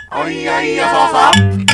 おいやいやささ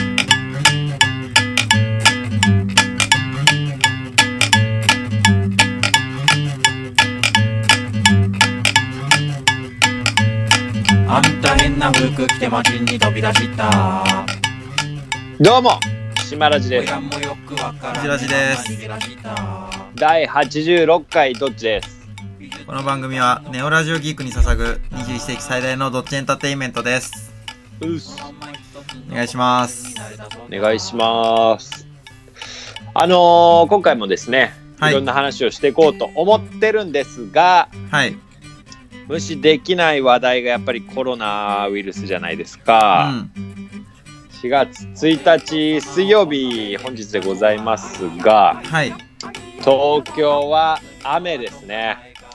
あんた変な服着て街に飛び出したどうも島ラジです。 藤ラジです。 第86回どっちです。 この番組はネオラジオギークに捧ぐ21世紀最大のドッジエンターテインメントです。お願いします。 お願いします。今回もですね、いろんな話をしていこうと思ってるんですが、 はい、 無視できない話題がやっぱりコロナウイルスじゃないですか。4月1日水曜日本日でございますが、 はい、 東京は雨ですね。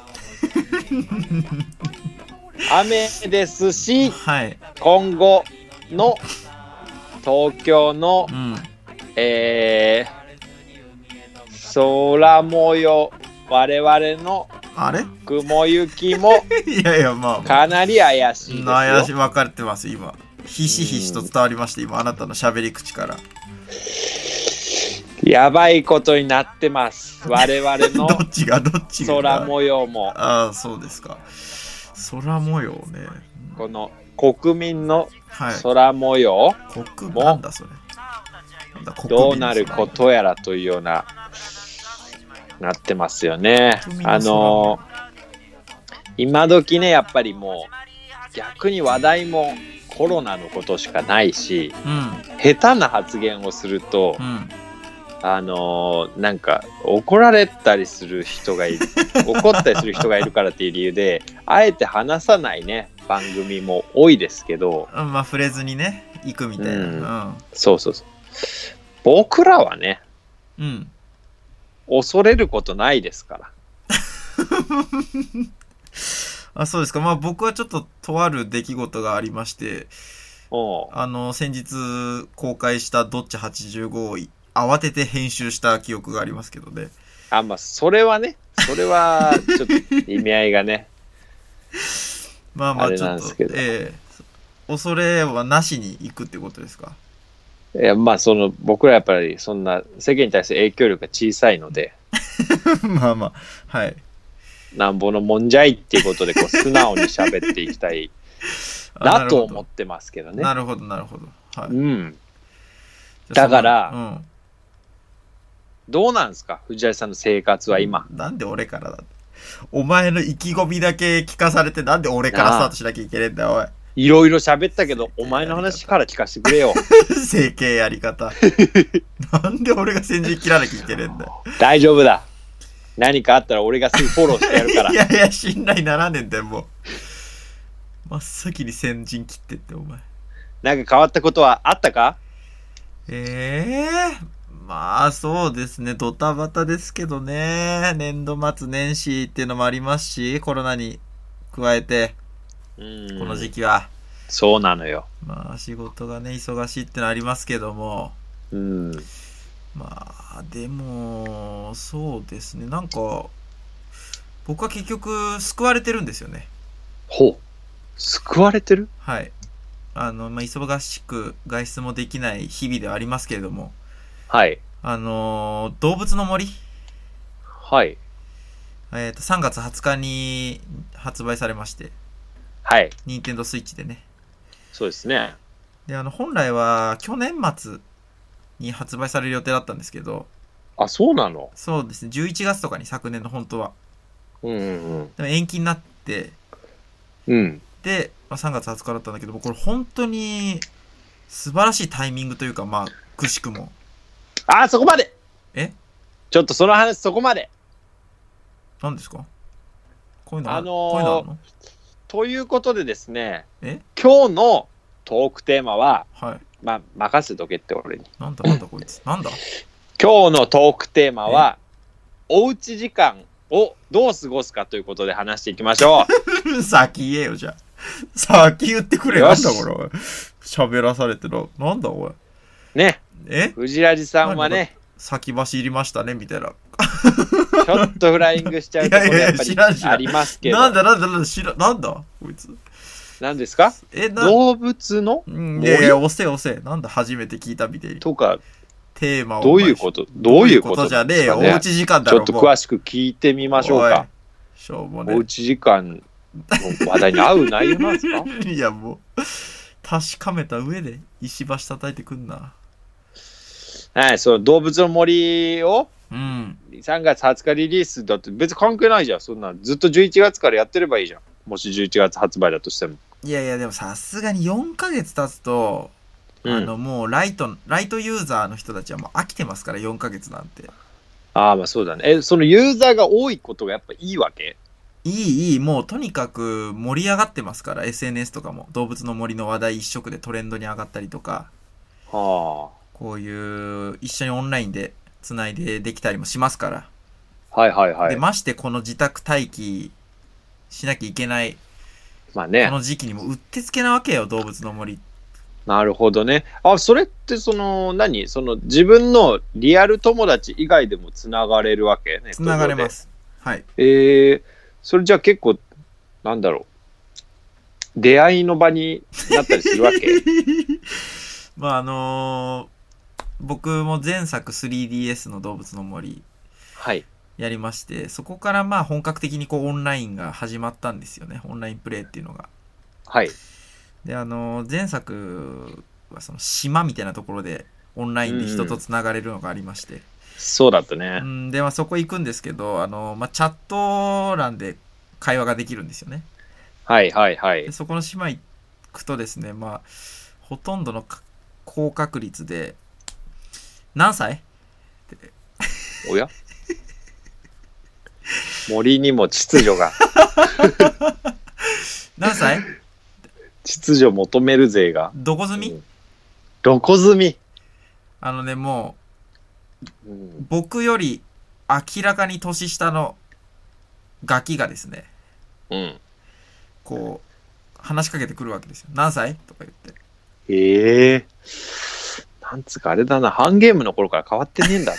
雨ですし、 はい、 今後の東京の、空模様、我々のあれ雲行きもいやいや、まあ、 かなり怪しいですよ。 怪しい、分かれてます今。ひしひしと伝わりました、今あなたの喋り口から。 やばいことになってます。我々のどっちが空模様も。 ああ、そうですか。空模様ね。 この国民の空模様も、 なんだそれ。 どうなることやらというようななってますよね。今時ね、やっぱりもう逆に話題もコロナのことしかないし、下手な発言をすると、なんか怒られたりする人がいる怒ったりする人がいるからっていう理由であえて話さないね番組も多いですけど、 まあ触れずにね行くみたいな、 そう僕らはね、恐れることないですからあ、そうですか。まあ僕はちょっととある出来事がありまして、先日公開したドッチ85を慌てて編集した記憶がありますけどね。 まあそれはね、それはちょっと意味合いがねまあちょっと恐れはなしに行くってことですか。 いや、まあ僕らやっぱりそんな世間に対する影響力が小さいのでまあはい、 なんぼのもんじゃいっていうことで素直に喋っていきたいなと思ってますけどね。 なるほど、はい、 だから、どうなんですか藤井さんの生活は今。 なんで俺からだって、お前の意気込みだけ聞かされてなんで俺からスタートしなきゃいけねえんだよ。おい、 いろいろ喋ったけどお前の話から聞かせてくれよ整形やり方なんで俺が先陣切らなきゃいけねえんだよ。 大丈夫だ、何かあったら俺がすぐフォローしてやるからいや信頼ならねえんだよ。もう真っ先に先陣切ってってお前。 なんか変わったことはあったか。 まあそうですね、ドタバタですけどね。年度末年始っていうのもありますし、コロナに加えてこの時期はそうなのよ。 まあ仕事がね忙しいってのありますけども、まあでもそうですね、なんか僕は結局救われてるんですよね。 ほう、救われてる。 はい、忙しく外出もできない日々ではありますけれども、 はい、 動物の森、 はい、 3月20日に発売されまして、 はい、 任天堂スイッチでね。 そうですね。 で本来は去年末に発売される予定だったんですけど。 あ、そうなの。 そうですね、11月とかに、昨年の本当は。でも延期になって、で、3月20日だったんだけど、これ本当に素晴らしいタイミングというか、まあくしくも。 そこまで。ちょっとその話そこまで。 何ですか。こういうのあるの？ ということでですね、今日のトークテーマは、まあ任せとけって俺に。 なんだこいつ。なんだ。 今日のトークテーマは、おうち時間をどう過ごすかということで話していきましょう。先言えよ、じゃあ。先言ってくれよ。なんだこれ。喋らされてる。なんだおい。 ね。藤ラジさんはね、 先走りましたねみたいな。 ちょっとフライングしちゃうところやっぱりありますけど。 なんだこいつ。 何ですか？動物の森？いやいや、押せ。なんだ初めて聞いたみたいに。 とか、 テーマを。 どういうことじゃねえよ。おうち時間だろ。 ちょっと詳しく聞いてみましょうか。 しょうもね。 おうち時間の話題に合う内容なんですか？ いや、もう、確かめた上で石橋叩いてくんな。 はい、その動物の森を、 3 月20日リリースだって別に関係ないじゃん。そんなずっと11月からやってればいいじゃん。もし11月発売だとしても。 いやいや、でもさすがに4ヶ月経つと、もうライトユーザーの人たちはもう飽きてますから、4ヶ月なんて。 ああ、まあそうだね。そのユーザーが多いことがやっぱいいわけ？ いい、もうとにかく盛り上がってますから、SNS とかも。動物の森の話題一色でトレンドに上がったりとか。 はあ。 こういう一緒にオンラインでつないでできたりもしますから。 はい。 で、ましてこの自宅待機しなきゃいけない、 まあね。 この時期にもうってつけなわけよ、動物の森。 なるほどね。それってその自分のリアル友達以外でもつながれるわけね。 つながれます。はい。 それじゃあ結構、なんだろう。出会いの場になったりするわけ？ まあ僕も前作 3DS の動物の森やりまして、そこからまあ本格的にこうオンラインが始まったんですよね。オンラインプレイっていうのが。 はい。 で、前作はその島みたいなところでオンラインで人とつながれるのがありまして。 そうだったね。 で、まあそこ行くんですけど、チャット欄で会話ができるんですよね。 はい。 でそこの島行くとですね、まあ、ほとんどの高確率で、何歳？ おや森にも秩序が。 何歳？ 秩序求める勢が。 どこ住み？ どこ住み？ もう、僕より明らかに年下のガキがですね、こう、話しかけてくるわけですよ。何歳？とか言って。 なんつうかあれだな、ハンゲームの頃から変わってねえんだ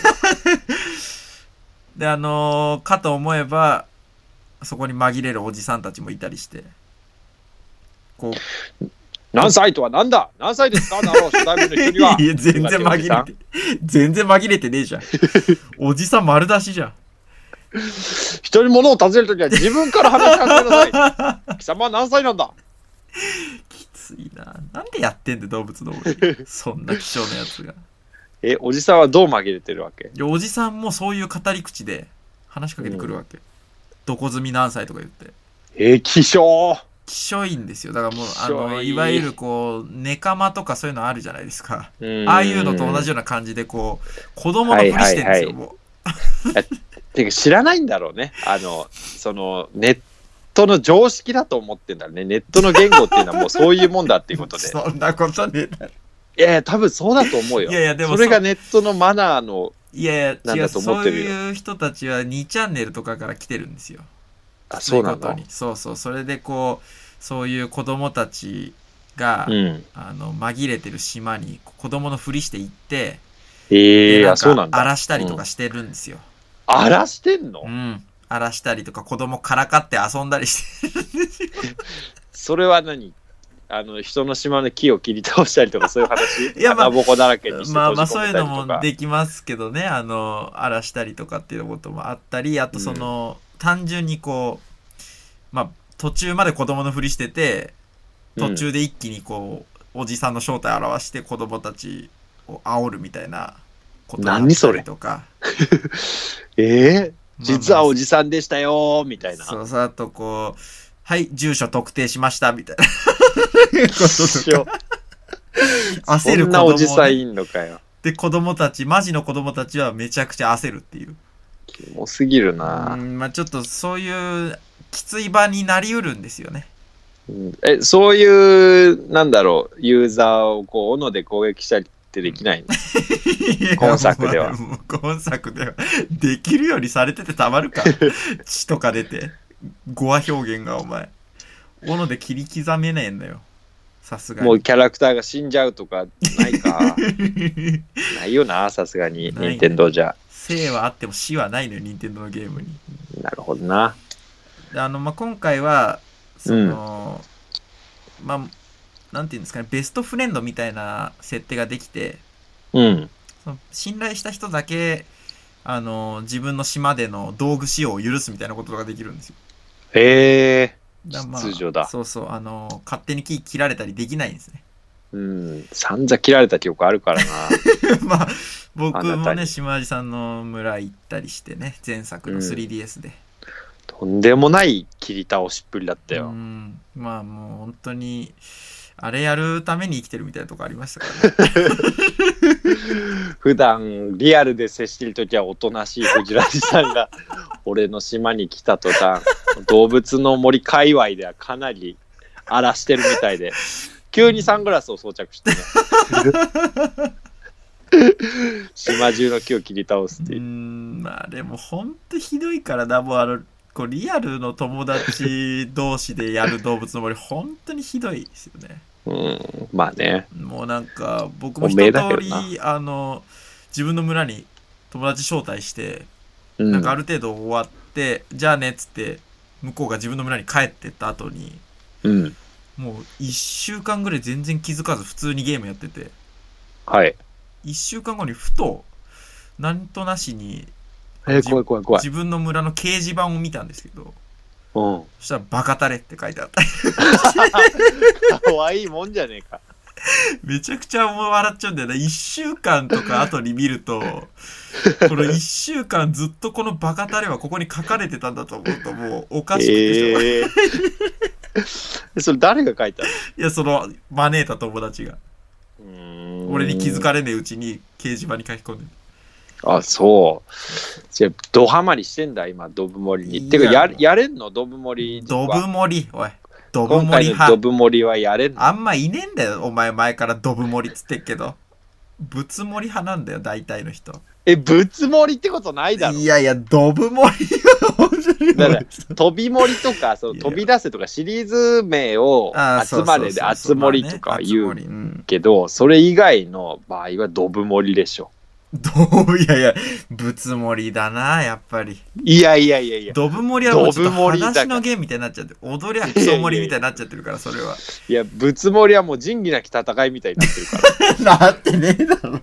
な。で、かと思えば、そこに紛れるおじさんたちもいたりして、こう、 何歳とはなんだ？何歳ですか？初対面の人には。 いや、全然紛れてねえじゃん。おじさん丸出しじゃん。 人に物を尋ねるときは自分から話しかけなさい。貴様は何歳なんだ？ きついな。なんでやってんだよ、動物の森。そんな希少なやつが。 おじさんはどう紛れてるわけ？ いや、おじさんもそういう語り口で話しかけてくるわけ。どこ住み何歳とか言って。 希少いんですよ。だからもう、いわゆるこう、ネカマとかそういうのあるじゃないですか。ああいうのと同じような感じで、こう、子供のふりしてんですよ、もう。てか知らないんだろうね。その、ネットの常識だと思ってんだね。ネットの言語っていうのはもうそういうもんだっていうことで。 そんなことねえだろ。 いや、多分そうだと思うよ。 いや、でもそれがネットのマナーの、 なんだと思ってるよ。そういう人たちは2チャンネルとかから来てるんですよ。 そうなんだ。 そう。それでこう、そういう子供たちが、紛れてる島に子供のふりして行って、 そうなんだ。 荒らしたりとかしてるんですよ。 荒らしてんの？ 荒らしたりとか子供からかって遊んだりしてるんですよ。 それは何？人の島の木を切り倒したりとかそういう話？ いや、まあ、 ボコだらけにして閉じ込めたりとか。 まあそういうのもできますけどね。荒らしたりとかっていうこともあったり、あと単純にこう、まあ、途中まで子供のふりしてて、途中で一気にこう、おじさんの正体を表して子供たちを煽るみたいなことがあったりとか。 実はおじさんでしたよみたいな。 そう、あとこう、はい、住所特定しましたみたいなこととか。焦る子供、ね。そんなおじさんいんのかよ。 で、マジの子供たちはめちゃくちゃ焦るっていう。 キモすぎるな。 まあちょっとそういうきつい場になりうるんですよね。 そういう、なんだろう、ユーザーをこう、斧で攻撃したりってできないの？今作では。 今作では。できるようにされててたまるか。血とか出て。語話表現がお前。斧で切り刻めねえんだよ。さすがに。 もうキャラクターが死んじゃうとかないか。ないよな、さすがに。任天堂じゃ。 生はあっても死はないのよ、任天堂のゲームに。 なるほどな。 でまあ、今回は、 まあ、なんていうんですかね、ベストフレンドみたいな設定ができて、 うん。 その信頼した人だけ、自分の島での道具使用を許すみたいなことができるんですよ。 へえ。 まあ、 秩序だ。 そうそう、勝手に木切られたりできないんですね。 うん。散々切られた記憶あるからな。 まあ、僕もね、島地さんの村行ったりしてね、前作の 3DS で。 とんでもない切り倒しっぷりだったよ。 まあもう本当に、あれやるために生きてるみたいなとこありましたからね。 普段リアルで接してるときはおとなしい藤ラジさんが俺の島に来た途端、動物の森界隈ではかなり荒らしてるみたいで、急にサングラスを装着してね。島中の木を切り倒すっていう。 まあでも本当ひどいからな、もうこうリアルの友達同士でやる動物の森本当にひどいですよね。 まあね。 もうなんか僕も一通り自分の村に友達招待して、なんかある程度終わってじゃあねっつって向こうが自分の村に帰ってった後に、もう1週間ぐらい全然気づかず普通にゲームやってて、 はい。 1週間後にふとなんとなしに怖い怖い怖い。 自分の村の掲示板を見たんですけど、そしたらバカタレって書いてあった。 かわいいもんじゃねえか。 めちゃくちゃ笑っちゃうんだよね。1週間とか後に見ると、この1週間ずっとこのバカタレはここに書かれてたんだと思うともうおかしくてそれ誰が書いたの？ いや、その招いた友達が。俺に気づかれねえうちに掲示板に書き込んでる。 あ、そう。じゃあドハマりしてんだ今ドブ森に。てかやれんのドブ森？ ドブ森、おい。ドブ森今回のドブ森はやれんの？ あんまいねえんだよ。お前前からドブ森っつってっけど。ブツ森派なんだよ大体の人。 ブツ森ってことないだろ。 いやいや、ドブ森だから飛び森とかその飛び出せとかシリーズ名を集まれで集森とか言うけど、それ以外の場合はドブ森でしょ。 いやいや、ぶつ盛りだな、やっぱり。 いや。 ドブ盛りはもうちょっと裸足のゲームみたいになっちゃって、踊りゃクソ盛りみたいになっちゃってるから、それは。 いや、ぶつ盛りはもう仁義なき戦いみたいになってるから。なってねえだろ。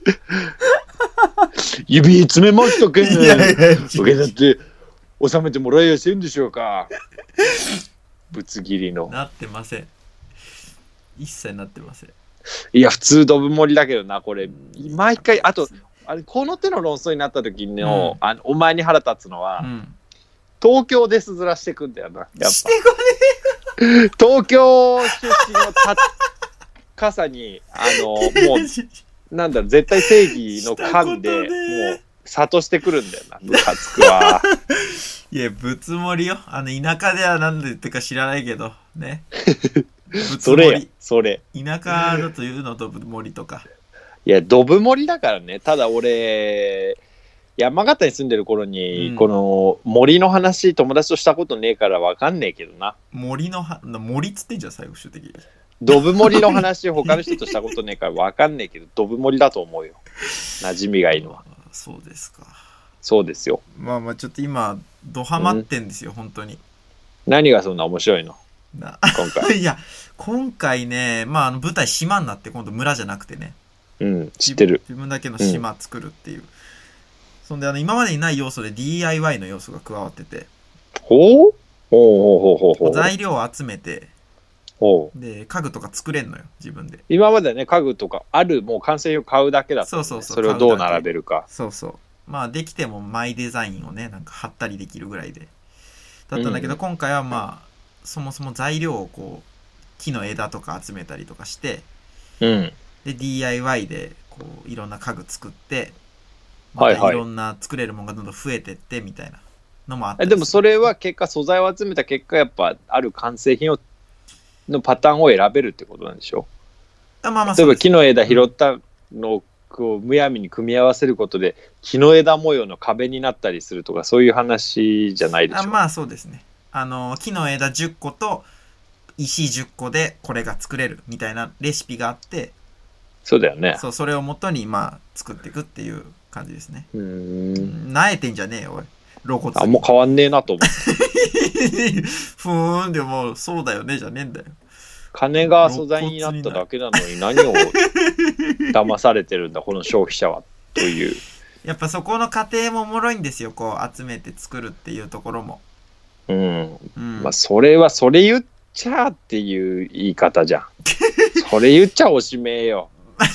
指詰めましたけんね。それだって収めてもらえやせんでしょうか。ぶつ切りの。 なってません。一切なってません。 いや普通ドブ盛りだけどなこれ毎回あとこの手の論争になった時の、お前に腹立つのは、東京ですずらしてくんだよなやっぱしてこね東京出身の傘にもうなんだろ絶対正義の勘でもう諭してくるんだよなムカつくわ。 いやぶつ盛りよ田舎では何で言ってか知らないけどね。 それ田舎だというのドブ森とかいやドブ森だからね。ただ俺山形に住んでる頃に、この森の話友達としたことねえから分かんねえけどな。森っつってんじゃん最後終的に。 ドブ森の話他の人としたことねえから分かんねえけどドブ森だと思うよ馴染みがいいのは。 そうですか。 そうですよ。 まあちょっと今ドハマってんですよ、本当に。 何がそんな面白いの今回。 いや今回ね舞台島になって今度村じゃなくてね、 知ってる。 自分だけの島作るっていう、そんで今までにない要素で DIY の要素が加わってて、 ほう材料を集めてで家具とか作れんのよ自分で。 今まではね家具とかもう完成品を買うだけだった、ね、そうそれをどう並べるか。 そうできてもマイデザインをねなんか貼ったりできるぐらいでだったんだけど、今回はそもそも材料をこう木の枝とか集めたりとかして、で DIY でこういろんな家具作ってまたいろんな作れるものがどんどん増えてってみたいなのもあって、 でもそれは結果素材を集めた結果やっぱある完成品のパターンを選べるってことなんでしょ。例えば木の枝拾ったのをこうむやみに組み合わせることで木の枝模様の壁になったりするとかそういう話じゃないでしょ。 そうですね。木の枝10個と石10個でこれが作れるみたいなレシピがあって、 そうだよね。 それをもとに作っていくっていう感じですね。なえてんじゃねえよおい露骨に。 もう変わんねえなと思って。 ふーんでもそうだよねじゃねえんだよ。 金が素材になっただけなのに何を騙されてるんだこの消費者はという。 やっぱそこの過程もおもろいんですよ。こう集めて作るっていうところも。 うん。まあそれはそれ言っちゃっていう言い方じゃん。それ言っちゃおしめよ。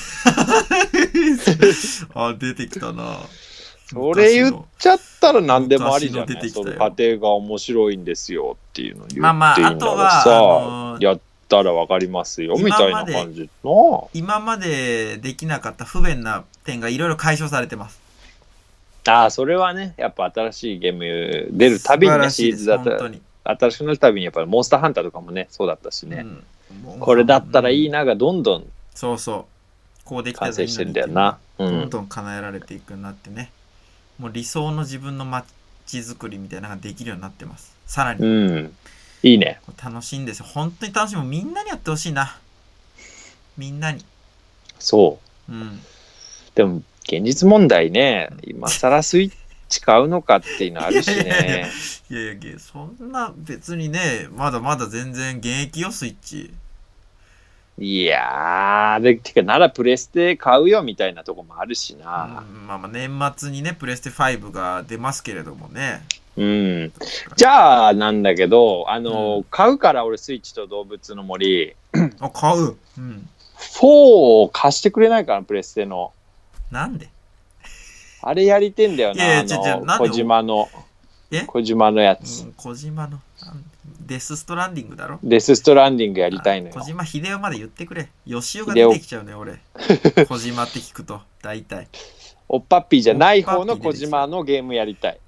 あ、出てきたな。 それ言っちゃったら何でもありじゃない。その過程が面白いんですよっていうの言っていいんだからさ、やったらわかりますよみたいな感じの。 今までできなかった不便な点がいろいろ解消されてます。 ああ、それはね、やっぱ新しいゲーム出るたびにね、シリーズだったら新しくなるたびにやっぱりモンスターハンターとかもね、そうだったしね。これだったらいいながどんどんそうそうこうできたらいいな完成してるんだよな。 どんどん叶えられていくようになってね。もう理想の自分の街づくりみたいなのができるようになってます。さらに、 いいね。 楽しいんですよ。本当に楽しい。もうみんなにやってほしいな。みんなに。 そう。でも現実問題ね、今更スイッチ買うのかっていうのあるしね。 いやいや、そんな別にね、まだまだ全然現役よ、スイッチ。 いやー、てかならプレステ買うよみたいなとこもあるしな。 まあ年末にね、プレステ5が出ますけれどもね。 じゃあなんだけど、買うから俺スイッチと動物の森。 あ、買う。 4を貸してくれないかな、プレステの。 なんで？ あれやりてんだよな、小島の。小島のやつ。 小島の。デスストランディングだろ？ デスストランディングやりたいのよ。 小島秀夫まで言ってくれ。吉尾が出てきちゃうね、俺。小島って聞くと、大体。 おっぱっぴーじゃない方の小島のゲームやりたい。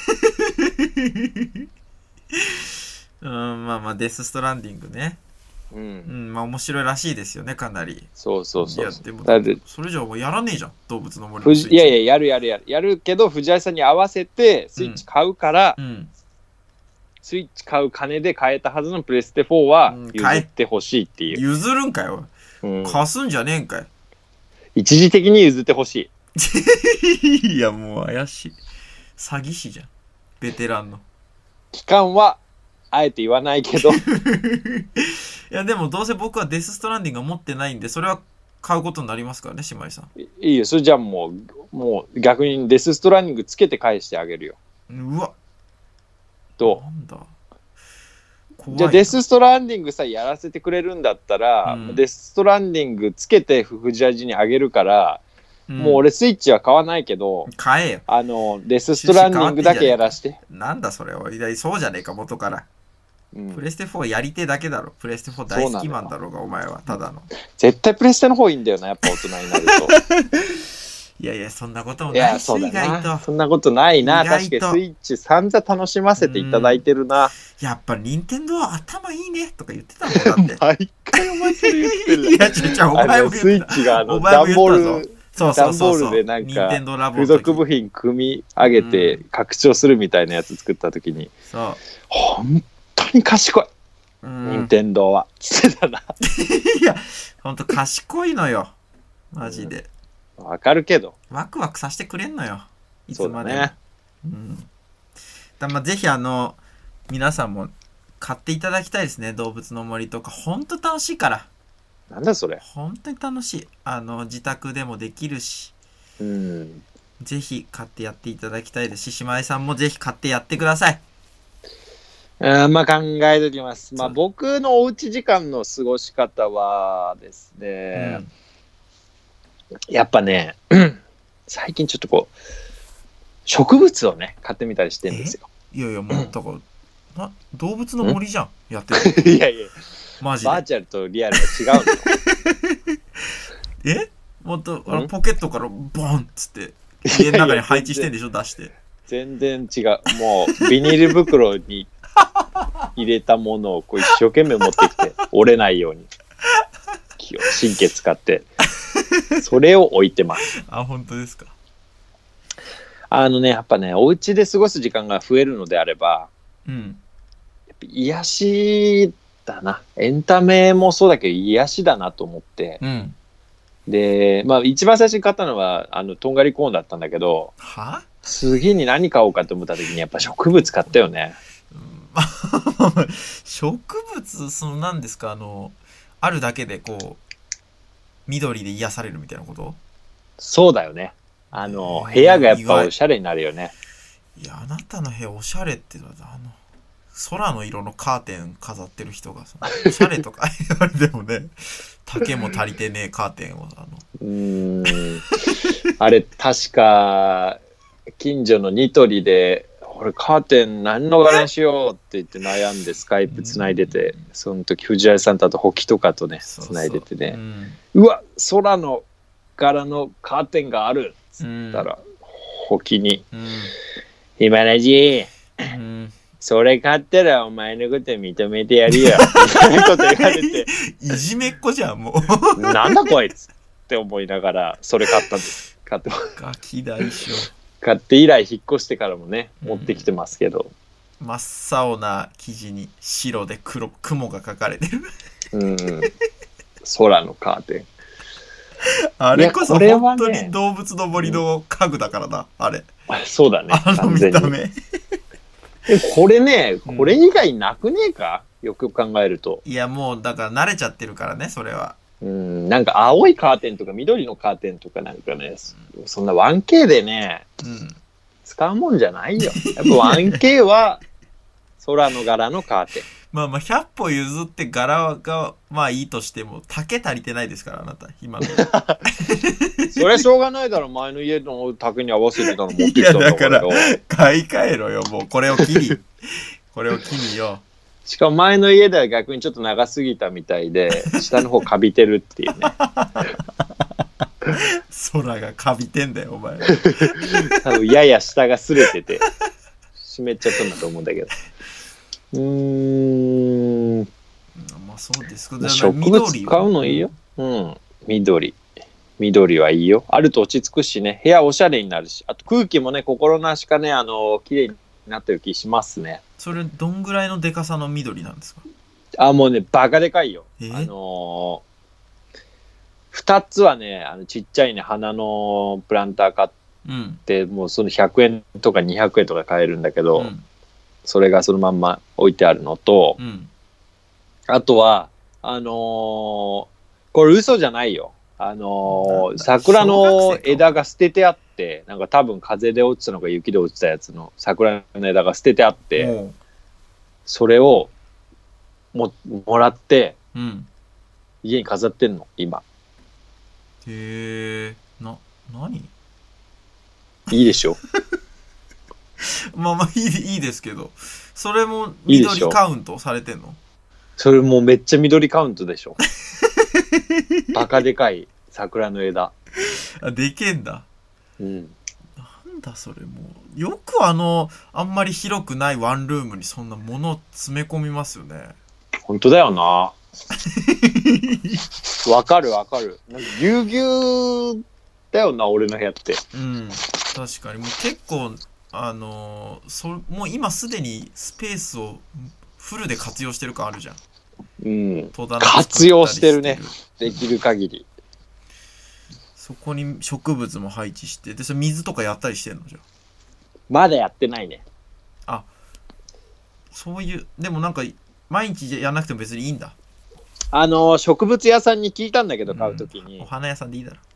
まあデスストランディングね。まあ面白いらしいですよね、かなり。 そう。 いや、でも、それじゃもうやらねえじゃん、動物の森のスイッチ。 いや、やるけど、藤井さんに合わせてスイッチ買うから、スイッチ買う金で買えたはずのプレステ4は譲ってほしいっていう。 譲るんかよ。貸すんじゃねえんかい。 一時的に譲ってほしい。いや、もう怪しい。詐欺師じゃん。ベテランの。 期間は、あえて言わないけど。 いや、でもどうせ僕はデスストランディングが持ってないんで、それは買うことになりますからね、姉妹さん。 いいよ、それじゃあもう逆にデスストランディングつけて返してあげるよ。 うわ。 どう？なんだ。じゃあデスストランディングさえやらせてくれるんだったら、デスストランディングつけてフジャジにあげるから、もう俺スイッチは買わないけど、 買えよ。 デスストランディングだけやらして。 なんだそれは。そうじゃねえか、元から。プレステ4やりてえだけだろ。プレステ4大好きマンだろうが、お前は。ただの。 絶対プレステの方いいんだよな、やっぱ大人になると。 いや、そんなこともないし、意外と。 そんなことないな。確かにスイッチ散々楽しませていただいてるな。 やっぱ任天堂は頭いいねとか言ってたもんだって。 毎回お前それ言ってる。 いや、お前も言ってた。 スイッチが段ボール、段ボールでなんか付属部品組み上げて拡張するみたいなやつ作った時に、本当に賢い。任天堂は。つってたな。 いや、本当賢いのよ。マジで。 わかるけど。 ワクワクさせてくれんのよ。いつまでも。まあ、ぜひ皆さんも買っていただきたいですね。動物の森とか。ほんと楽しいから。 なんだそれ。 ほんとに楽しい。自宅でもできるし。ぜひ買ってやっていただきたいですし、姉妹さんもぜひ買ってやってください。 まあ考えておきます。まあ僕のおうち時間の過ごし方はですね、やっぱね、最近ちょっとこう、植物をね、買ってみたりしてるんですよ。 いやいや、もうだから、動物の森じゃん、やってる。 いやいや、 マジで。 バーチャルとリアルが違うの。もっとポケットからボンっつって、家の中に配置してんでしょ、出して。 全然違う。もう、ビニール袋に入れたものをこう一生懸命持ってきて、折れないように。神経使って。それを置いてます。 あ、本当ですか。 やっぱね、お家で過ごす時間が増えるのであれば、やっぱ癒しだな。エンタメもそうだけど癒しだなと思って。で、まあ一番最初に買ったのはとんがりコーンだったんだけど、次に何買おうかと思った時にやっぱ植物買ったよね。 植物、何ですか、 あるだけでこう緑で癒されるみたいなこと？ そうだよね。部屋がやっぱおしゃれになるよね。 いや、あなたの部屋おしゃれって空の色のカーテン飾ってる人がおしゃれとかあれでもね、丈も足りてねえカーテンをあれ確か近所のニトリで俺カーテン何の柄にしようって言って悩んでスカイプつないでて、その時藤原さんとあとホキとかとねつないでてね、うわ空の柄のカーテンがあるっつったら、ホキに、今ラジそれ買ったらお前のこと認めてやるよみたいなこと言われていじめっ子じゃんもうなんだこいつって思いながらそれ買ったんです。買ってガキ大将買って以来引っ越してからもね持ってきてますけど、 真っ青な生地に白で雲が描かれてる空のカーテンあれこそ本当に動物の森の家具だからな、あれ。 そうだね。 見た目。 これね、これ以外なくねえか、よく考えると。 いやもうだから慣れちゃってるからね、それは。 なんか青いカーテンとか緑のカーテンとかなんかね、そんな 1K でね、使うもんじゃないよ。やっぱ 1K は空の柄のカーテン。 まあ100歩譲って柄がまあいいとしても丈足りてないですから、あなた今のそれはしょうがないだろ。前の家の丈に合わせてたの持ってきたんだから。 いやだから買い替えろよ、もうこれを機にこれを機によ。 しかも前の家では逆にちょっと長すぎたみたいで下の方カビてるっていうね空がカビてんだよお前多分やや下が擦れてて湿っちゃったんだと思うんだけど。 まあそうですか。植物買うのいいよ。緑はいいよ。あると落ち着くしね、部屋おしゃれになるし、あと空気もね、心なしかね、綺麗になってる気しますね。 それどんぐらいのでかさの緑なんですか？ もうね、バカでかいよ。2つはね、ちっちゃいね、花のプランター買って、もうその100円とか200円とか買えるんだけど、それがそのまんま置いてあるのと、あとは、これ嘘じゃないよ。桜の枝が捨ててあって、なんか多分風で落ちたのか雪で落ちたやつの桜の枝が捨ててあって、それをもらって、家に飾ってんの、今。 へえ、何？ いいでしょまあいいですけど、それも緑カウントされてんの？ それもめっちゃ緑カウントでしょバカでかい桜の枝。 でけんだ。なんだそれ、もうよくあんまり広くないワンルームにそんなもの詰め込みますよね。 本当だよなわかるなんかぎゅうぎゅうだよな、俺の部屋って。 確かにもう結構もう今すでにスペースをフルで活用してる感あるじゃん。活用してるね、できる限り。 そこに植物も配置して、でそれ水とかやったりしてんの？じゃまだやってないね。 そういう、でもなんか毎日やらなくても別にいいんだ。 植物屋さんに聞いたんだけど、買うときに、 お花屋さんでいいだろ。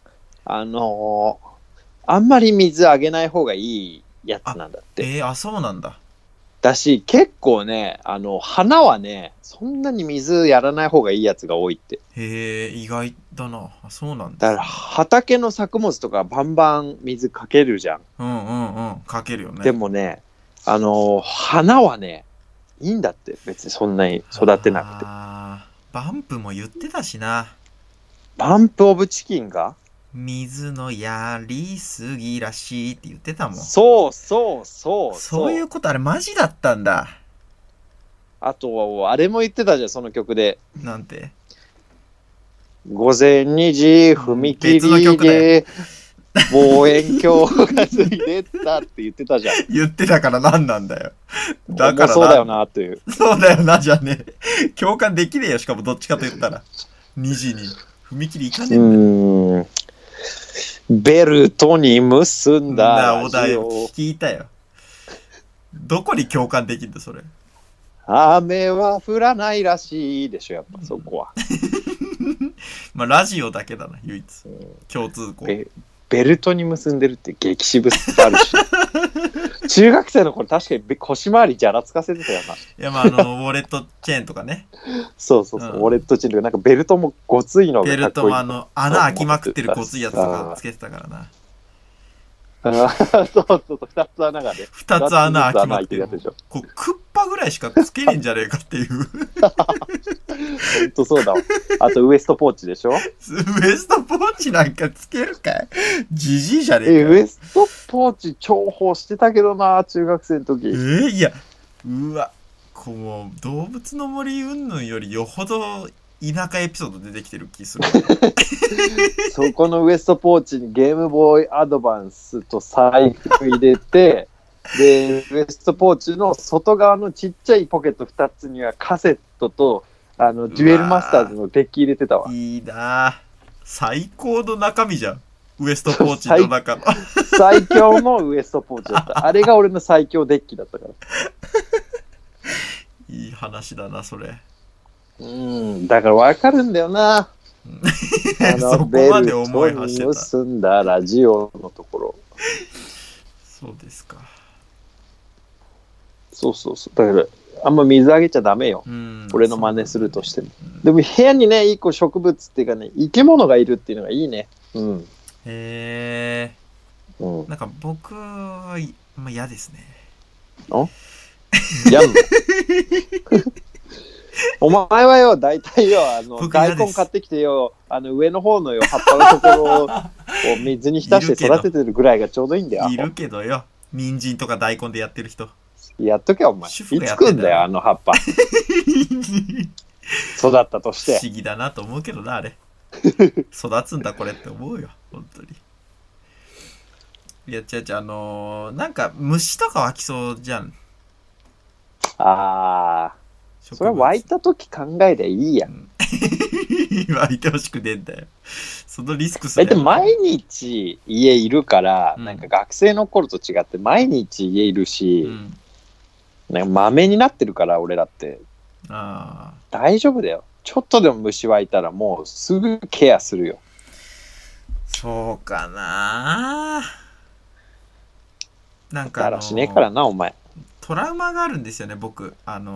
あんまり水あげない方がいいやつなんだって。 そうなんだ。 だし、結構ね、花はね、そんなに水やらない方がいいやつが多いって。 へえ、意外だな。そうなんだ。 だから畑の作物とかバンバン水かけるじゃん。 かけるよね。 でもね、花はね、いいんだって。別にそんなに育てなくて。 バンプも言ってたしな。 バンプオブチキンが水のやりすぎらしいって言ってたもん。 そういうこと、あれマジだったんだ。 あとあれも言ってたじゃん、その曲で。 なんて？ 午前2時踏切で望遠鏡がついてたって言ってたじゃん。 言ってたから何なんだよ。だからそうだよなという。 そうだよなじゃねえ。共感できねえよ。しかもどっちかと言ったら2時に踏切行かねえんだよ。 ベルトに結んだお題を聞いたよ。どこに共感できるんだそれ。 雨は降らないらしいでしょ、やっぱそこは。 まあラジオだけだな、唯一。共通項。 ベルトに結んでるって激渋ってあるし。中学生の頃確かに腰回りじゃらつかせてたよな。 いや、まあウォレットチェーンとかね。 そうそうそう、ウォレットチェーンとか、なんかベルトもごついのがかっこいい。 ベルトも穴開きまくってるごついやつとかつけてたからな。 そうそうそう、2つ穴がね。 2つ穴開きまくってる。こうクッパぐらいしかつけねえんじゃねえかっていう。 ほんとそうだわ。あとウエストポーチでしょ。 ウエストポーチなんかつけるかい。ジジイじゃねえか。 ウエストポーチ重宝してたけどな、中学生の時。 いや、うわ、こう動物の森云々よりよほど田舎エピソード出てきてる気する。 そこのウエストポーチにゲームボーイアドバンスと財布入れて、でウエストポーチの外側のちっちゃいポケット2つにはカセットとデュエルマスターズのデッキ入れてたわ。 いいな、最高の中身じゃん、ウエストポーチの中の。 最強のウエストポーチだった。あれが俺の最強デッキだったから。 いい話だなそれ。 だから分かるんだよな。 そこまで思いはしてた。 結んだラジオのところ。 そうですか。 そうそうそう。だからあんま水あげちゃダメよ。俺の真似するとしても。でも部屋にね、一個植物っていうかね、生き物がいるっていうのがいいね。 へえ。なんか僕は嫌ですね。 やんのお前はよ、大体よ、大根買ってきてよ、上の方のよ、葉っぱのところを水に浸して育ててるぐらいがちょうどいいんだよ。 いるけどよ、人参とか大根でやってる人。 やっとけよ、お前。いつ食うんだよ、あの葉っぱ。育ったとして。 不思議だなと思うけどな、あれ。育つんだ、これって思うよ、本当に。いや、違う、なんか虫とか湧きそうじゃん。 それは湧いた時考えりゃいいやん。 湧いてほしくねえんだよ。そのリスクする。毎日家いるから、なんか学生の頃と違って毎日家いるし、なんか豆になってるから、俺らって。大丈夫だよ。ちょっとでも虫湧いたらもうすぐケアするよ。 そうかな。なんかだらしねえからな、お前。 トラウマがあるんですよね、僕。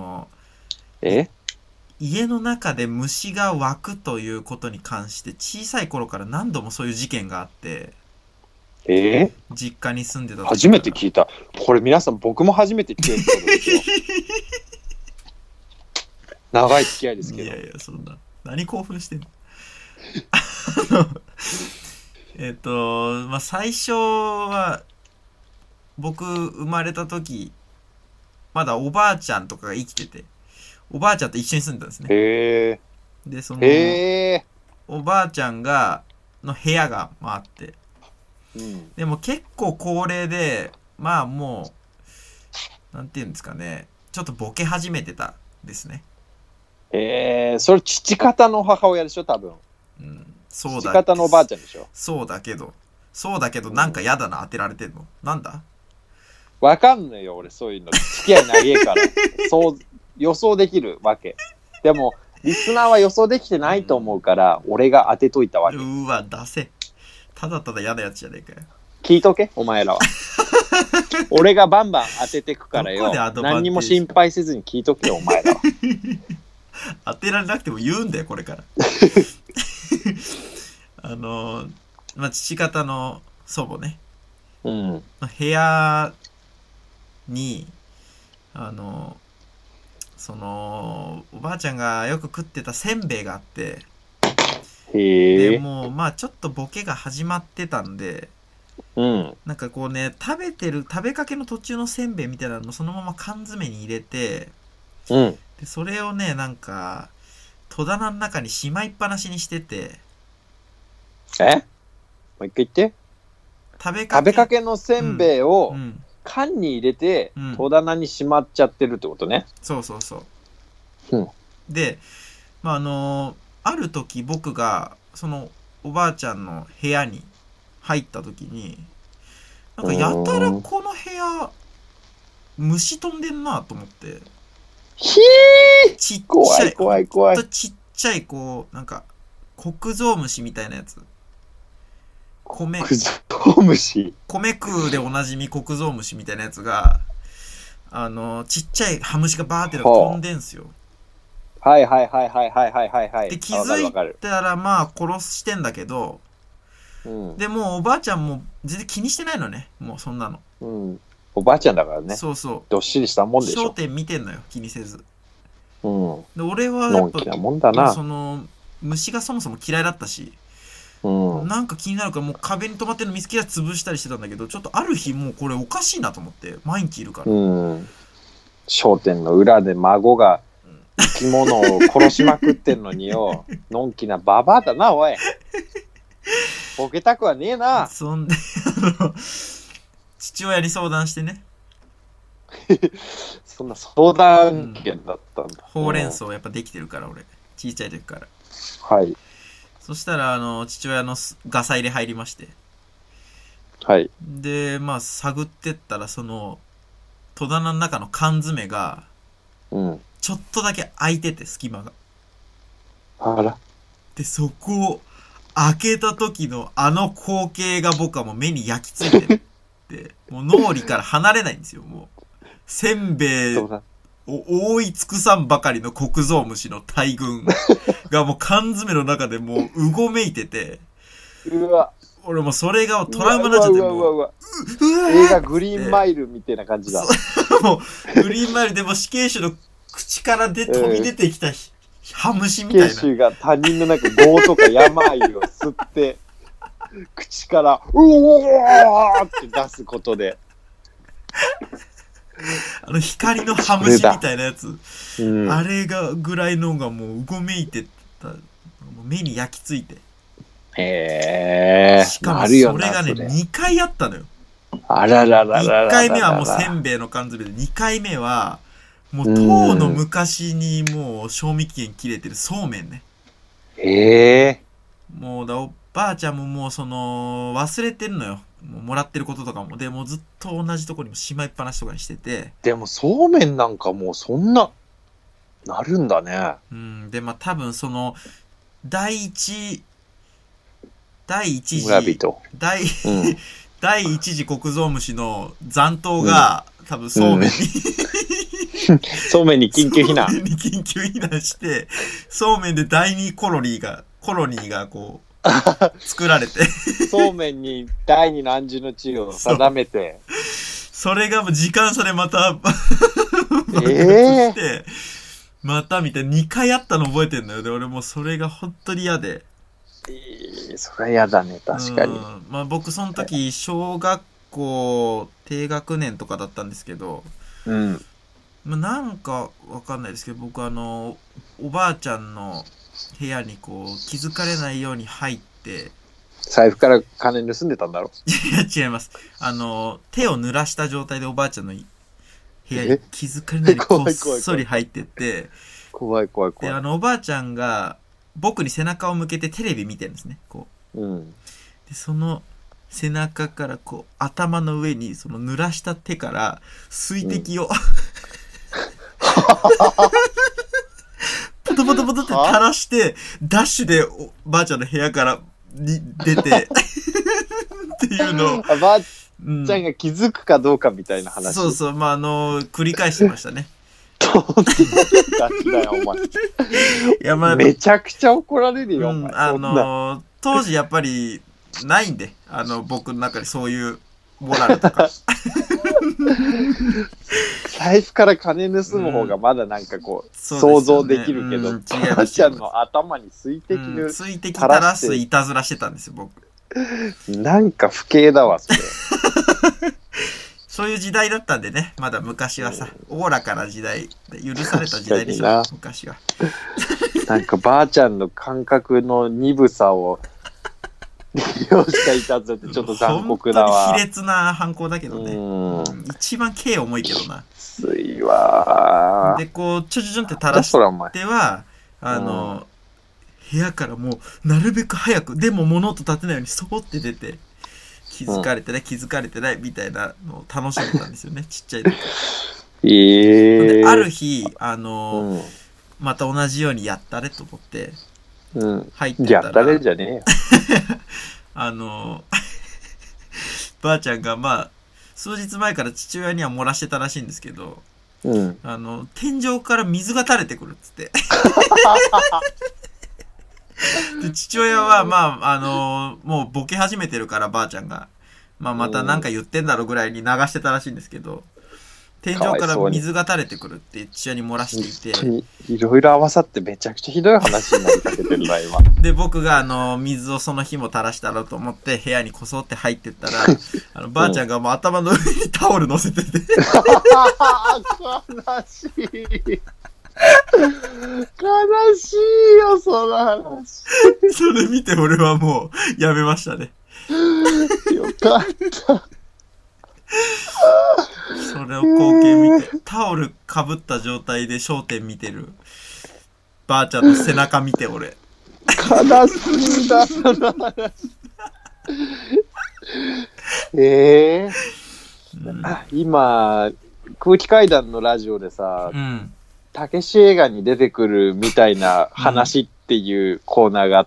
家の中で虫が湧くということに関して小さい頃から何度もそういう事件があって、実家に住んでた時。 初めて聞いた。これ皆さん、僕も初めて聞いたことですよ。長い付き合いですけど。 いやいや、そんな何興奮してんの。最初は僕生まれた時まだおばあちゃんとかが生きてて、おばあちゃんと一緒に住んでたんですね。で、そのおばあちゃんの部屋があって、でも結構高齢で、まあもうなんていうんですかね、ちょっとボケ始めてたんですね。 それ父方の母親でしょ、多分。 そうだ。 父方のおばあちゃんでしょ。 そうだけどなんか嫌だな、当てられてんの。なんだ。 わかんないよ、俺そういうの。付き合い長えから。そう予想できるわけ。でもリスナーは予想できてないと思うから、俺が当てといたわけ。 うわ、出せ。ただただ嫌なやつじゃねえかよ。 聞いとけ、お前らは。俺がバンバン当ててくからよ。何にも心配せずに聞いとけよ、お前らは。 当てられなくても言うんだよ、これから。父方の祖母ね。部屋にそのおばあちゃんがよく食ってたせんべいがあって、でもうちょっとボケが始まってたんで、なんかこうね、食べかけの途中のせんべいみたいなのそのまま缶詰に入れて、でそれをね、なんか戸棚の中にしまいっぱなしにしてて。 もう一回言って。食べかけのせんべいを缶に入れて戸棚にしまっちゃってるってことね。 そうそうそう。で、ある時僕がそのおばあちゃんの部屋に入った時に、なんかやたらこの部屋虫飛んでんなと思って。ちっちゃい、 怖い。 ちっちゃいこうなんか黒ゾウムシみたいなやつ。 黒ゾウムシ、 米食うでおなじみ黒ゾウムシみたいなやつが、ちっちゃいハムシがバーって飛んでんすよ。 はいはいはいはいはいはいはいはい。 で、気づいたらまあ殺してんだけど、うん、でもうおばあちゃんも全然気にしてないのね、もうそんなの。 うん。おばあちゃんだからね。 そうそう。 どっしりしたもんでしょ。 焦点見てんのよ、気にせず。 うん。 で、俺はやっぱ、 のんきなもんだな。 その、虫がそもそも嫌いだったし、うん、なんか気になるからもう壁に止まってるの見つけたら潰したりしてたんだけど、ちょっとある日もうこれおかしいなと思って、毎日いるから。 うん。商店の裏で孫が生き物を殺しまくってんのによ、のんきなババアだな、おい。ボケたくはねえな。 そんで、父親に相談してね。 そんな相談件だったんだ。 ほうれん草やっぱできてるから、俺。小さい時から。 はい。 そしたら、父親のガサ入れ入りまして。 はい。 で、まあ、探ってったら、戸棚の中の缶詰が、 うん。 ちょっとだけ開いてて、隙間が。 あら。 で、そこを開けた時の光景が僕はもう目に焼き付いてるって、もう脳裏から離れないんですよ、もう。せんべいを覆い尽くさんばかりの黒ゾウムシの大群がもう缶詰の中でもううごめいてて、 うわ。 俺もそれがトラウマになっちゃって、もう映画グリーンマイルみたいな感じだ。 もうグリーンマイルでも死刑囚の口から飛び出てきたハムシみたいな。 死刑囚が他人の業とか病を吸って口からうおーって出すことで光のハムシみたいなやつ、うん、あれがぐらいのがもううごめいてた、目に焼き付いて、しかもそれがね2回あったのよ。 あららららら。 1回目はもうせんべいの缶詰で、2回目はもう当の昔にもう賞味期限切れてるそうめんね。もうおばあちゃんももう忘れてるのよ。もらってることとかも。でもうずっと同じところにもしまいっぱなしとかにしてて。 でもそうめんなんかもうそんななるんだね。 うん。でまあ多分第一次第一次黒ゾウムシの残党が、多分そうめんに、 そうめんに緊急避難。 そうめんに緊急避難して、そうめんで第二コロニーがこう、作られて。 そうめんに第二の暗示の地を定めて。 それがもう時間差でまた、またみたいな2回あったの覚えてんのよ。で、俺もうそれが本当に嫌で。 それは嫌だね、確かに。 まあ僕その時、小学校低学年とかだったんですけど、 うん。 まあなんかわかんないですけど、僕おばあちゃんの部屋にこう気づかれないように入って、 財布から金盗んでたんだろ。 いや違います。手を濡らした状態でおばあちゃんの部屋に気づかれないようにこっそり入ってって、 怖い。 でおばあちゃんが僕に背中を向けてテレビ見てるんですね。こう。 うん。 でその背中からこう頭の上にその濡らした手から水滴を、ポトポトポトって垂らしてダッシュでおばあちゃんの部屋からに出てっていうのをばあちゃんが気づくかどうかみたいな話。 そうそう、まあ繰り返してましたね。 ガキだよお前。いやまあめちゃくちゃ怒られるよ、お前。 当時やっぱりないんで、僕の中でそういうモラルとか。 財布から金盗む方がまだなんかこう、想像できるけど、ばあちゃんの頭に水滴の、水滴垂らすいたずらしてたんですよ、僕。 なんか不敬だわ、それ。 そういう時代だったんでね、まだ昔はさ、おおらかな時代、許された時代でしょ、昔は。 なんかばあちゃんの感覚の鈍さを利用したいたずらってちょっと残酷だわ。 本当に卑劣な犯行だけどね。一番刑重いけどな。 ついわ。 で、こう、ちょちょちょんって垂らしては、部屋からもう、なるべく早く、でも物音立てないようにそぼって出て、気づかれてない、気づかれてないみたいなのを楽しんでたんですよね、ちっちゃい時。である日、また同じようにやったれと思って、 入ってたら、 誰じゃねえよばあちゃんが数日前から父親には漏らしてたらしいんですけど、天井から水が垂れてくるっつってで父親はもうボケ始めてるからばあちゃんがまたなんか言ってんだろうぐらいに流してたらしいんですけど、天井から水が垂れてくるって父親に漏らしていて、 いろいろ合わさってめちゃくちゃひどい話になりかけてるな今で僕が水をその日も垂らしたろうと思って部屋にこそって入ってったらばあちゃんがもう頭の上にタオル乗せてて悲しい悲しいよその話それ見て俺はもうやめましたね。 よかったそれを光景見てタオルかぶった状態で笑点見てるばあちゃんの背中見て俺悲しいなその話今空気階段のラジオでさ、たけし映画に出てくるみたいな話っていうコーナーがあって、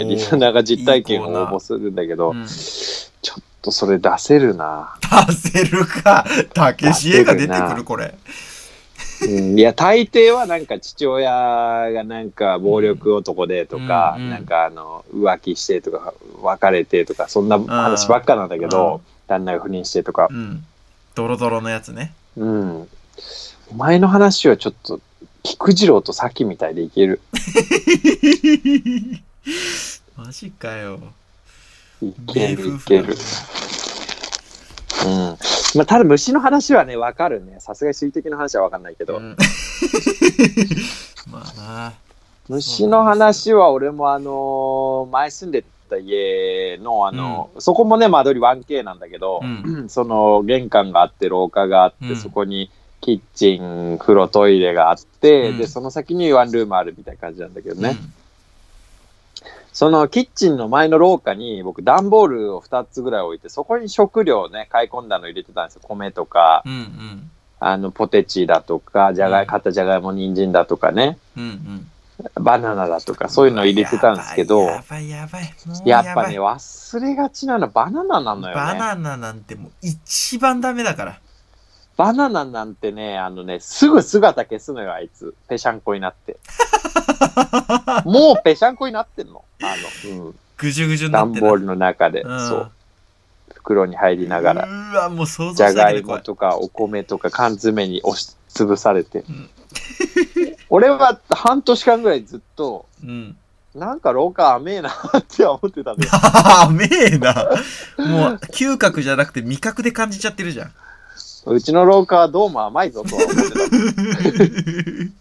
リスナーが実体験を応募するんだけど、ちょっとそれ出せるな。 出せるか。たけし映画出てくるこれ。 いや大抵はなんか父親がなんか暴力男でとか、なんか浮気してとか別れてとかそんな話ばっかなんだけど、旦那が不倫してとか、 ドロドロのやつね。 お前の話はちょっと菊次郎とさきみたいでいける。 マジかよ。 いけるいける。ただ虫の話はね分かるね。さすがに水滴の話は分かんないけど、虫の話は俺も前住んでた家のそこもね間取り 1K なんだけど、その玄関があって廊下があって、そこにキッチン風呂トイレがあって、でその先にワンルームあるみたいな感じなんだけどね、そのキッチンの前の廊下に僕段ボールを2つぐらい置いて、そこに食料ね買い込んだの入れてたんですよ。米とか、ポテチだとか買ったじゃがいも人参だとかね、バナナだとかそういうの入れてたんですけど、やっぱね忘れがちなのバナナなのよね。 バナナなんてもう一番ダメだから。 バナナなんてねすぐ姿消すのよあいつ。ぺしゃんこになってもうぺしゃんこになってんの。 ぐじゅぐじゅになって段ボールの中で、そう袋に入りながら、 うわもう想像じゃがいもとかお米とか缶詰に押しつぶされて、俺は半年間ぐらいずっと、なんか廊下甘えなって思ってたんだよ。 甘えな。もう嗅覚じゃなくて味覚で感じちゃってるじゃん。 うちの廊下はどうも甘いぞとは思って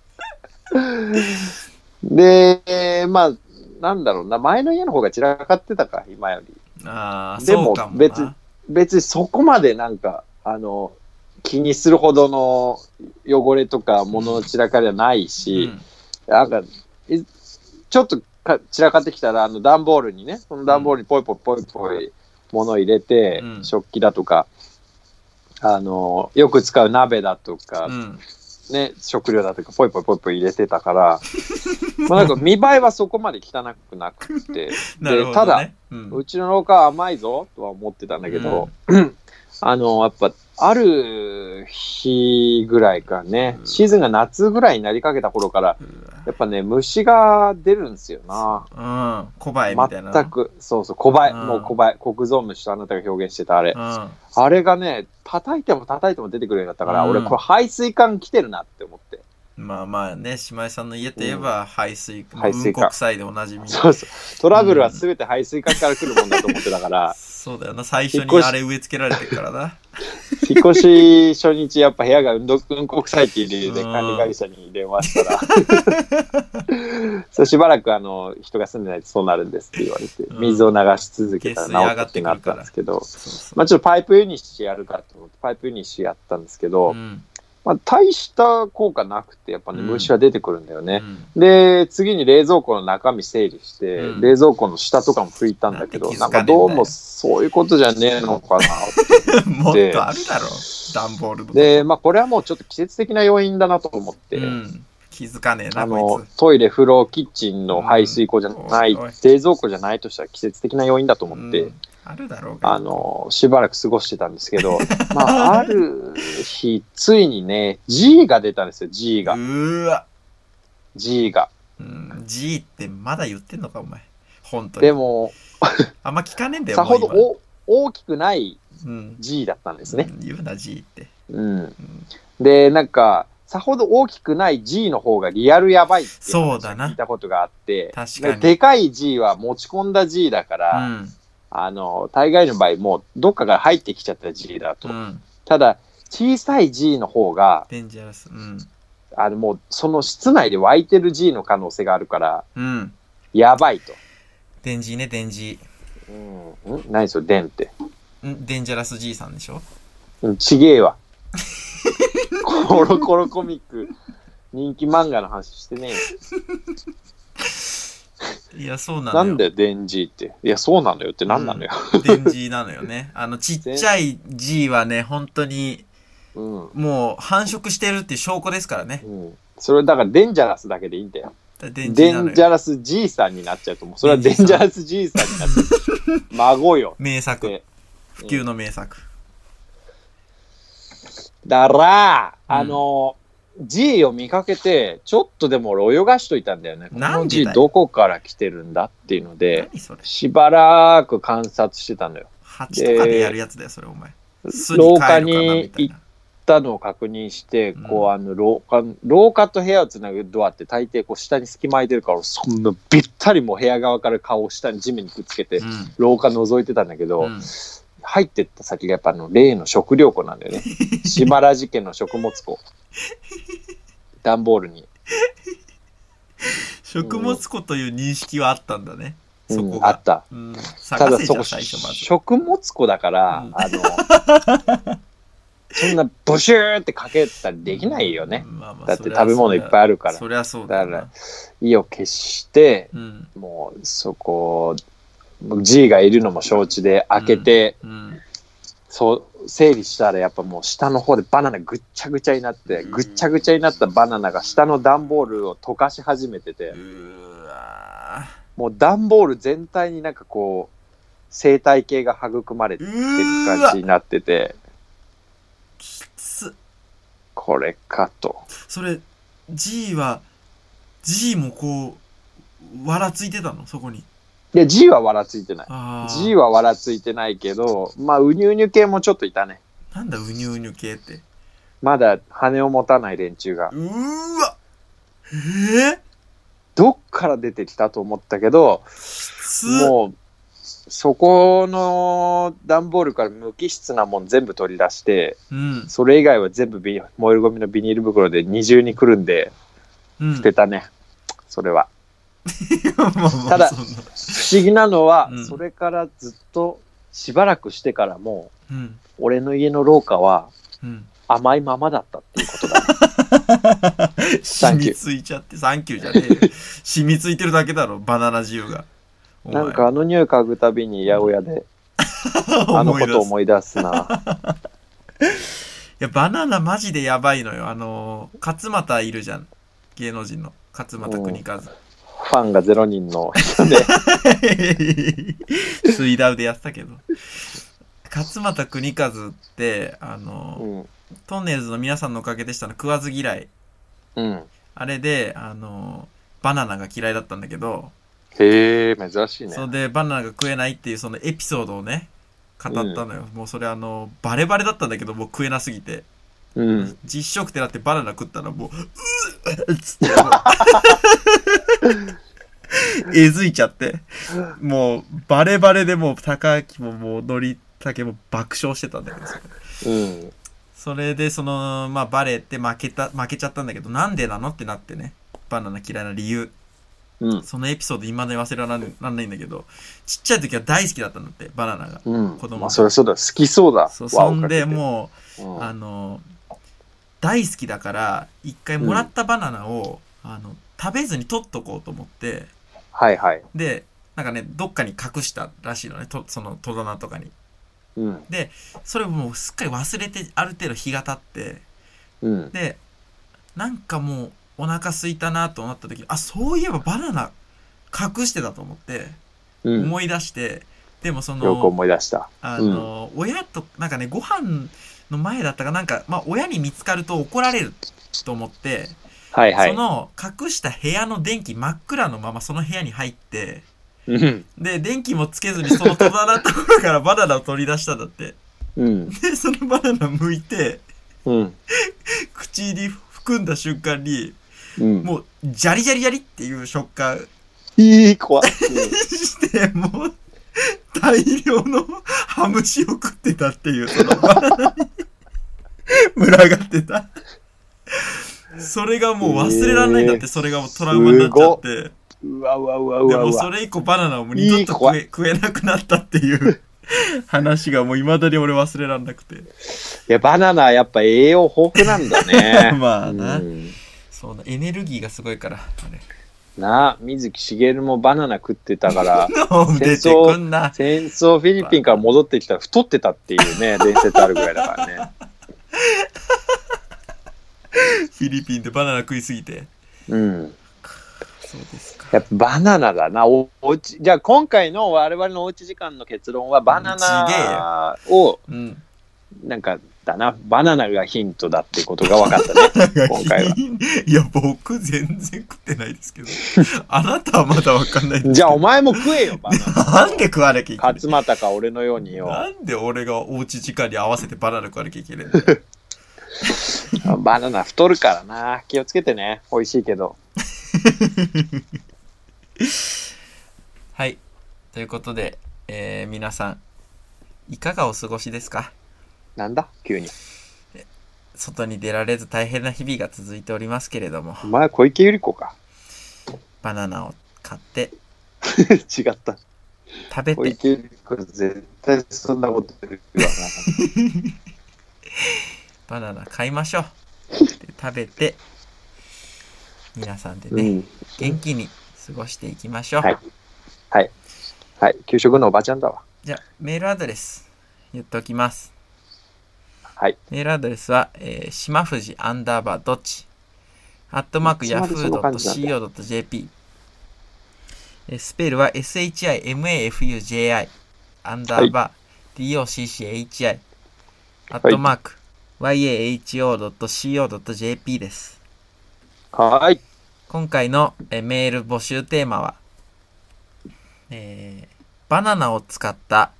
た。でなんだろうな、前の家の方が散らかってたか今より。でも別にそこまでなんか気にするほどの汚れとか物の散らかりはないし、なんかちょっと散らかってきたら段ボールにね、その段ボールにポイポイポイポイ物を入れて、食器だとかよく使う鍋だとか、ね、食料だとかポイポイポイポイ入れてたからなんか見栄えはそこまで汚くなくてでただ、うちの廊下は甘いぞとは思ってたんだけど、やっぱある日ぐらいからね、シーズンが夏ぐらいになりかけた頃からやっぱね虫が出るんですよな。 コバエみたいな。 全くそうコバエ、もうコバエ、コゾウムシとあなたが表現してたあれ、あれがね叩いても出てくるようになったから、俺これ排水管来てるなって思って。 まあね、姉妹さんの家といえば排水管、うんこ臭いでおなじみ。 そうトラブルは全て排水管から来るもんだと思ってたから、 そうだよな、最初にあれ植え付けられてるからな。 引っ越し初日やっぱ部屋がうんこ臭いっていう理由で管理会社に電話したらそうしばらく人が住んでないとそうなるんですって言われて、水を流し続けたら治ってなったんですけど、ちょっとパイプユニッシュやるかと思ってパイプユニッシュやったんですけど、大した効果なくてやっぱね虫は出てくるんだよね、で次に冷蔵庫の中身整理して、冷蔵庫の下とかも拭いたんだけど、なんかどうもそういうことじゃねえのかなってもっとあるだろ段ボールで、これはもうちょっと季節的な要因だなと思って、 気づかねえな、こいつ。 トイレ、風呂、キッチンの排水溝じゃない、冷蔵庫じゃないとしたら季節的な要因だと思って、 あるだろうが。 しばらく過ごしてたんですけど、まあ、ある日、ついにね、G が出たんですよ、G が。G が。 G ってまだ言ってんのか、お前。本当に。 でも、 あんま聞かねえんだよ、 さほど大きくない G だったんですね。 言うな、G って。 で、なんか、さほど大きくない G の方がリアルやばいって聞いたことがあって、 確かにでかい G は持ち込んだ G だから、大概の場合もうどっかから入ってきちゃった G だと。ただ、小さい G の方が、 デンジャラス。 もうその室内で湧いてる G の可能性があるから、やばいと。 デンジね、デンジ。 何それ、デンって。 デンジャラス G さんでしょ？ ちげえわ。コロコロコミック、人気漫画の話してねえ。いや、そうなのよ。 なんだよ、デンジって。いや、そうなのよって何なのよ。 デンジなのよね。ちっちゃい G はね、本当に、もう繁殖してるっていう証拠ですからね。 それだからデンジャラスだけでいいんだよ。デンジャラス G さんになっちゃうと、もうそれはデンジャラス G さんになっちゃう。孫よ。 名作。普及の名作。 だから、G を見かけて、ちょっとでも俺泳がしといたんだよね。この G どこから来てるんだっていうので、しばらく観察してたのよ。 蜂とかでやるやつだよ、それお前。 廊下に行ったのを確認して、こう廊下と部屋をつなぐドアって大抵こう下に隙間空いてるから、そんなぴったりも部屋側から顔を下に地面にくっつけて、廊下覗いてたんだけど、入ってった先がやっぱ例の食料庫なんだよね。島ラジ家の食物庫。段ボールに。 食物庫という認識はあったんだね。そこが。あった。ただそこ、 最初まず食物庫だから、そんなブシューってかけたりできないよね。だって食べ物いっぱいあるから。 そりゃそうだ。 だから、意を決して、もうそこ、G がいるのも承知で開けて、そう整理したらやっぱもう下の方でバナナぐっちゃぐちゃになって、ぐっちゃぐちゃになったバナナが下の段ボールを溶かし始めてて、もう段ボール全体になんかこう生態系が育まれてる感じになってて、 きつ。 これかと。 それ G もこうわらついてたのそこに。 いや、G はわらついてない。G はわらついてないけど、まあ、うにゅうにゅ系もちょっといたね。 なんだ、うにゅうにゅ系って。 まだ羽を持たない連中が。 わどっから出てきたと思ったけど、もう、そこの段ボールから無機質なもん全部取り出して、それ以外は全部燃えるゴミのビニール袋で二重にくるんで、捨てたね。それは。ただ不思議なのは、それからずっとしばらくしてからも、俺の家の廊下は甘いままだったっていうことだ、ね。 染みついちゃってサンキューじゃねえよ。染みついてるだけだろバナナ汁が。 なんか匂い嗅ぐたびに八百屋であのこと思い出すな。 いやバナナマジでやばいのよ。勝俣いるじゃん、芸能人の勝俣邦和。 ファンが0人の人で水ダウでやってたけど、勝俣邦和ってトンネルズの皆さんのおかげでしたの食わず嫌い、あれでバナナが嫌いだったんだけど、 へえ珍しいね。 それでバナナが食えないっていうそのエピソードをね語ったのよ、もうそれバレバレだったんだけど、もう食えなすぎて、実食ってなってバナナ食ったらもうっつってえずいちゃって、もうバレバレでもう高木ももうのりたけも爆笑してたんだけど、それでまあバレて負けちゃったんだけど、なんでなのってなってね、バナナ嫌いな理由、そのエピソード今で忘れらんないんだけど、ちっちゃい時は大好きだったんだってバナナが、子供、 まあ、そりゃそうだ、好きそうだ。 そんでもう、大好きだから一回もらったバナナを、食べずに取っとこうと思って、でなんかねどっかに隠したらしいのね、その戸棚とかに、でそれをもうすっかり忘れて、ある程度日が経って、でなんかもうお腹空いたなと思った時に、そういえばバナナ隠してたと思って、思い出して、でもよく思い出した。 親と、なんかね、ご飯の前だったかなんか、親に見つかると怒られると思って、 はいはい。 その隠した部屋の電気真っ暗のままその部屋に入って、で、電気もつけずにその戸棚のところからバナナを取り出したんだって。で、そのバナナ剥いて、口に含んだ瞬間に、もう、ジャリジャリジャリっていう食感。 怖い。 して、もう、大量のハムシを食ってたっていう、そのバナナに群がってた。それがもう忘れられないんだって、それがもうトラウマになっちゃって。 うわ。 でもそれ以降バナナをもう二度と食えなくなったっていう話がもう未だに俺忘れらんなくて。いや、バナナやっぱ栄養豊富なんだね。 まあな。そうだ、エネルギーがすごいから、あれ。 水木しげるもバナナ食ってたから戦争フィリピンから戻ってきたら太ってたっていうね伝説あるぐらいだからね。 フィリピンでバナナ食いすぎて。そうですか。 やっぱバナナだな。じゃあ今回の我々のおうち時間の結論はバナナをなんかだな、バナナがヒントだってことが分かったね今回は。 いや僕全然食ってないですけどあなたはまだ分かんない。 じゃあお前も食えよバナナ。 なんで食わなきゃいけない。 勝俣か俺のようによ。 なんで俺がおうち時間に合わせてバナナ食わなきゃいけないんだよ。 バナナ太るからな、気をつけてね。美味しいけどはいということで、皆さんいかがお過ごしですか。 なんだ急に外に出られず大変な日々が続いておりますけれども、 お前小池百合子か。 バナナを買って違った食べて。 小池百合子絶対そんなこと言うわなバナナ買いましょうで食べて皆さんでね、元気に過ごしていきましょう。 はい給食のおばちゃんだわ。 じゃあメールアドレス言っておきます。 はい、 メールアドレスは、島藤_どっち@yahoo.co.jp、スペルは SHIMAFUJI _DOCCHI @YAHO.co.jp です。 はい。 今回のメール募集テーマは、バナナを使った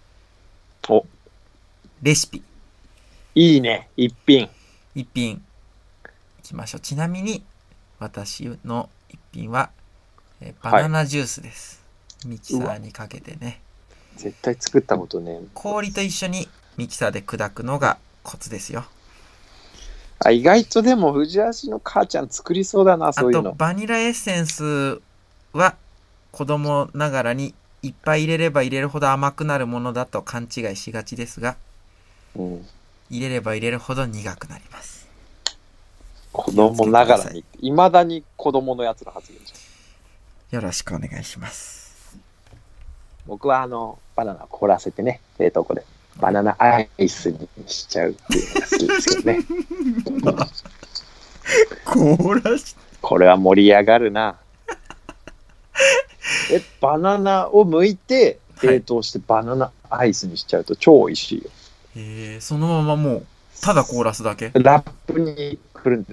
レシピ。 いいね。一品いきましょう。ちなみに私の一品は、バナナジュースです、ミキサーにかけてね。 絶対作ったことね。 氷と一緒にミキサーで砕くのがコツですよ。 意外とでも藤橋の母ちゃん作りそうだな、そういうの。 あとバニラエッセンスは子供ながらにいっぱい入れれば入れるほど甘くなるものだと勘違いしがちですが、入れれば入れるほど苦くなります。 子供ながらに、いまだに子供のやつの発言じゃん。よろしくお願いします。 僕はバナナを凍らせてね、冷凍庫でバナナアイスにしちゃうっていうのが好きですけどね。 凍らし、 これは盛り上がるな。バナナを剥いて冷凍してバナナアイスにしちゃうと超美味しいよ。 そのままもうただ凍らすだけ。 ラップにくるんで。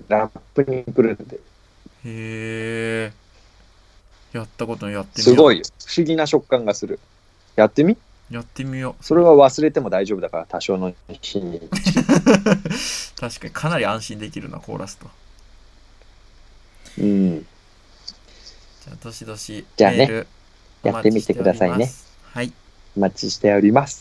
やったことやってみよう。 すごいよ。不思議な食感がする。やってみよう。それは忘れても大丈夫だから、多少の日に確かにかなり安心できるな、凍らすと。 じゃあどしどしメールやってみてくださいね。 はい、 お待ちしております。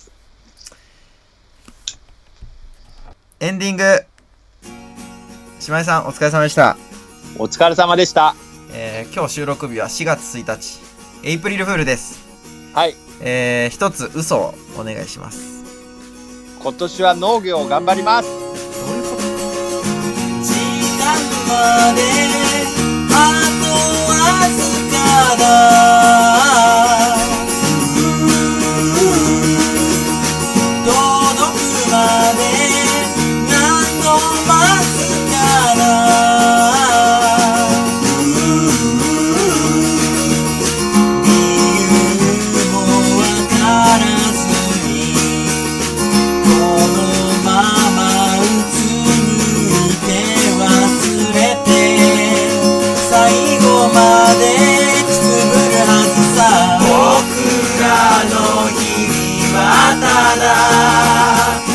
エンディング。島井さんお疲れ様でした。 お疲れ様でした。 今日収録日は4月1日エイプリルフールです。 はい。 一つ嘘をお願いします。 今年は農業を頑張ります。どういうこと？ 時間まであとわずかだ。届くまで何度待つかな。 の日々はただ